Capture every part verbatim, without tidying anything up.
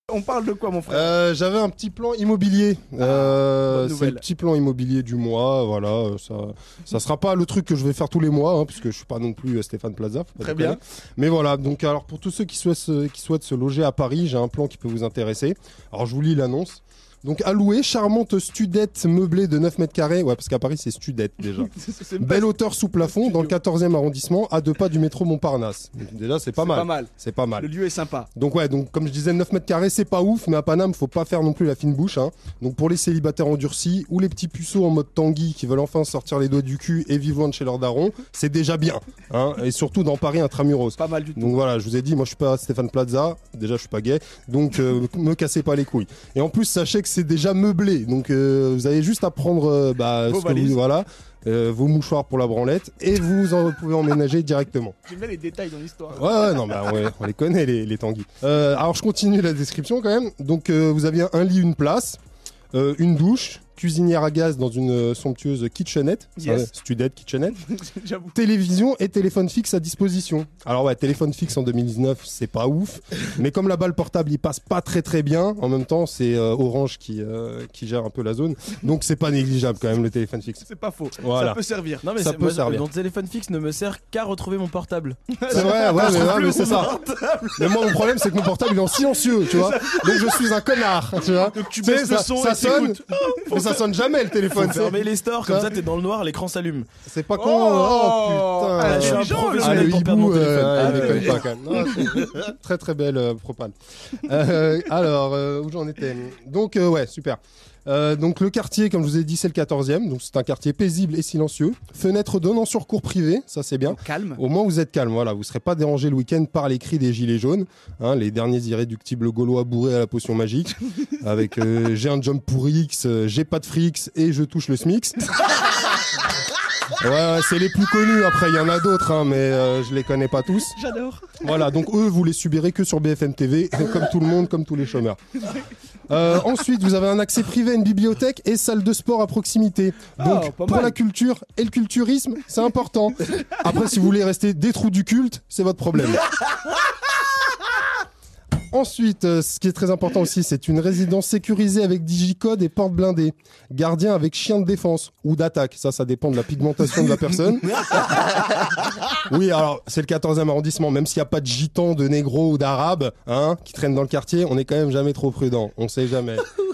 On parle de quoi, mon frère? euh, J'avais un petit plan immobilier. Euh, bonne c'est le petit plan immobilier du mois. Voilà, ça, ça sera pas le truc que je vais faire tous les mois, hein, parce que je suis pas non plus Stéphane Plaza. faut pas Très déconner. bien. Mais voilà. Donc, alors pour tous ceux qui souhaitent, se- qui souhaitent se loger à Paris, j'ai un plan qui peut vous intéresser. Alors, je vous lis l'annonce. Donc, à louer, charmante studette meublée de neuf mètres carrés. Ouais, parce qu'à Paris, c'est studette déjà. C'est- c'est- c'est Belle pas- hauteur sous plafond dans le quatorzième arrondissement, à deux pas du métro Montparnasse. Donc, déjà, c'est pas c'est mal. pas mal. C'est pas mal. Le lieu est sympa. Donc ouais, donc comme je disais, neuf mètres carrés, c'est pas ouf, mais à Paname, faut pas faire non plus la fine bouche. Hein. Donc pour les célibataires endurcis ou les petits puceaux en mode Tanguy qui veulent enfin sortir les doigts du cul et vivre loin de chez leur daron, c'est déjà bien. Hein. Et surtout dans Paris intramuros. Pas mal du tout. Donc voilà, je vous ai dit, moi je suis pas Stéphane Plaza, déjà je suis pas gay, donc euh, me cassez pas les couilles. Et en plus, sachez que c'est déjà meublé, donc euh, vous avez juste à prendre euh, bah, Vos ce que valises. vous, voilà, euh, vos mouchoirs pour la branlette et vous en pouvez emménager directement. J'aime bien les détails dans l'histoire. Ouais, ouais, non, bah, ouais, on les connaît, les, les tanguis. Euh, alors, je continue la description quand même. Donc, euh, vous aviez un lit, une place, euh, une douche, cuisinière à gaz dans une euh, somptueuse kitchenette, Yes. euh, studette kitchenette, J'avoue. télévision et téléphone fixe à disposition. Alors, ouais, téléphone fixe en deux mille dix-neuf, c'est pas ouf, mais comme là-bas, le portable, il passe pas très très bien, en même temps, c'est euh, Orange qui, euh, qui gère un peu la zone, donc c'est pas négligeable quand même, le téléphone fixe. C'est pas faux. Voilà. Ça peut servir. Non mais Ça c'est- peut moi, servir. mon téléphone fixe ne me sert qu'à retrouver mon portable. C'est vrai, ouais, mais, ouais, mais c'est ça. Mais moi, mon problème, c'est que mon portable, il est en silencieux, tu vois. Donc, je suis un connard, tu vois. Donc tu Tu sais, baisses le ça, son ça et sonne, t'écoutes. mais ça sonne jamais le téléphone. Faut c'est- fermer les stores, comme Ça. ça t'es dans le noir, l'écran s'allume. C'est pas con. Oh, Oh, putain. ah, je suis un intelligent, professionnel le pour perdre hibou, mon téléphone. euh, Ah, il déconne ouais. pas, quand même. Non, c'est- très très belle euh, propane. Euh, alors, euh, où j'en étais Donc, euh, ouais, super. Euh, donc le quartier, comme je vous ai dit, c'est le quatorzième. Donc c'est un quartier paisible et silencieux. Fenêtre donnant sur cour privée, ça c'est bien. Calme. Au moins vous êtes calme, voilà, vous serez pas dérangé le week-end par les cris des gilets jaunes, hein, les derniers irréductibles gaulois bourrés à la potion magique, avec euh, j'ai un jump pour X, euh, j'ai pas de frics et je touche le SMIC. Ouais, ouais, c'est les plus connus. Après, il y en a d'autres, hein, mais euh, je les connais pas tous. J'adore. Voilà, donc eux, vous les subirez que sur B F M T V, comme tout le monde, comme tous les chômeurs. Euh, ensuite, vous avez un accès privé à une bibliothèque et salle de sport à proximité. Donc, Oh, pas pour mal. la culture et le culturisme, c'est important. Après, si vous voulez rester des trous du culte, c'est votre problème. Ensuite, euh, ce qui est très important aussi, c'est une résidence sécurisée avec digicode et porte blindée. Gardien avec chien de défense ou d'attaque. Ça, ça dépend de la pigmentation de la personne. Oui, alors, c'est le quatorzième arrondissement. Même s'il n'y a pas de gitans, de négros ou d'arabes hein, qui traînent dans le quartier, on est quand même jamais trop prudent. On sait jamais.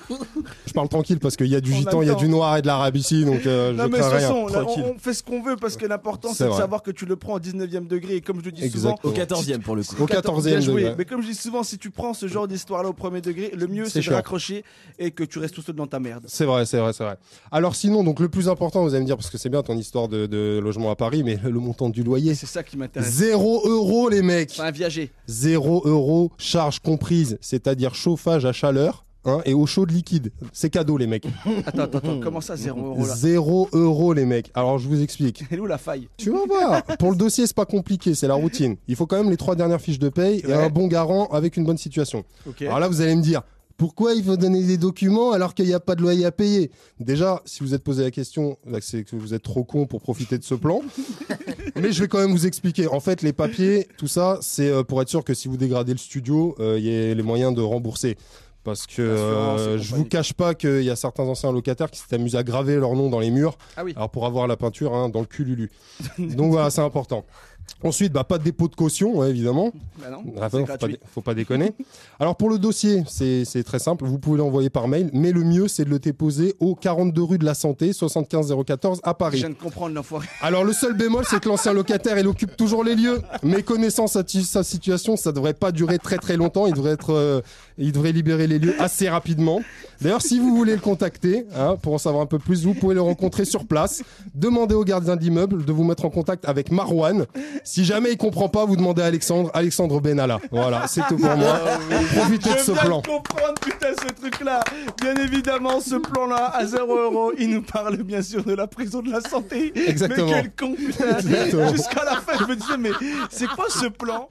Je parle tranquille parce qu'il y a du On gitan, il y a attend. du noir et de l'arabe ici, donc euh, je Non mais de crains toute rien. façon, là, Tranquille. on, on fait ce qu'on veut parce que l'important C'est c'est de vrai. savoir que tu le prends au dix-neuvième degré et comme je le dis Exactement. souvent Au quatorzième pour le coup. Au quatorzième bien joué. degré. Mais comme je dis souvent, si tu prends ce genre d'histoire là au premier degré, le mieux C'est c'est de chiant. raccrocher et que tu restes tout seul dans ta merde. C'est vrai, c'est vrai, c'est vrai. Alors sinon, donc le plus important, vous allez me dire, parce que c'est bien ton histoire de, de logement à Paris, mais le montant du loyer, C'est ça qui m'intéresse. zéro euro les mecs. C'est un viager. Zéro euro, charge comprise, c'est-à-dire chauffage à chaleur. Hein, et eau chaude liquide. C'est cadeau les mecs. Attends, attends, attends. Comment ça, zéro euro là Zéro euro les mecs. Alors je vous explique. Elle est où la faille? Tu vas voir. Pour le dossier, c'est pas compliqué, c'est la routine. Il faut quand même les trois dernières fiches de paye et Ouais. un bon garant avec une bonne situation. Ok. Alors là, vous allez me dire, pourquoi il faut donner des documents alors qu'il n'y a pas de loyer à payer? Déjà, si vous êtes posé la question, là, c'est que vous êtes trop con pour profiter de ce plan. Mais je vais quand même vous expliquer. En fait, les papiers, tout ça, c'est euh, pour être sûr que si vous dégradez le studio, euh, il y ait les moyens de rembourser. Parce que L'assurance et euh, je vous compagnie. cache pas qu'il y a certains anciens locataires qui s'est amusés à graver leur nom dans les murs. Ah oui. Alors pour avoir la peinture hein, dans le cululu. Donc voilà, c'est important. Ensuite, bah, pas de dépôt de caution, ouais, évidemment. Bah non, Ah, c'est non, faut, pas, gratuit. dé- faut pas déconner. Alors pour le dossier, c'est c'est très simple. Vous pouvez l'envoyer par mail, mais le mieux c'est de le déposer au quarante-deux rue de la Santé, soixante-quinze zéro quatorze à Je Paris. viens de comprendre l'enfoiré. Alors le seul bémol, c'est que l'ancien locataire, il occupe toujours les lieux. Mais connaissant sa, ti- sa situation, ça devrait pas durer très très longtemps. Il devrait être, euh, il devrait libérer les lieux assez rapidement. D'ailleurs, si vous voulez le contacter, hein, pour en savoir un peu plus, vous pouvez le rencontrer sur place. Demandez au gardien d'immeuble de vous mettre en contact avec Marwan. Si jamais il comprend pas, vous demandez à Alexandre, Alexandre Benalla. Voilà, c'est tout pour moi. Profitez de Je ce viens plan. de comprendre putain ce truc là. Bien évidemment ce plan là à zéro euro. Il nous parle bien sûr de la prison de la santé. Exactement. Mais quel con putain. Exactement. Jusqu'à la fin je me disais mais c'est quoi ce plan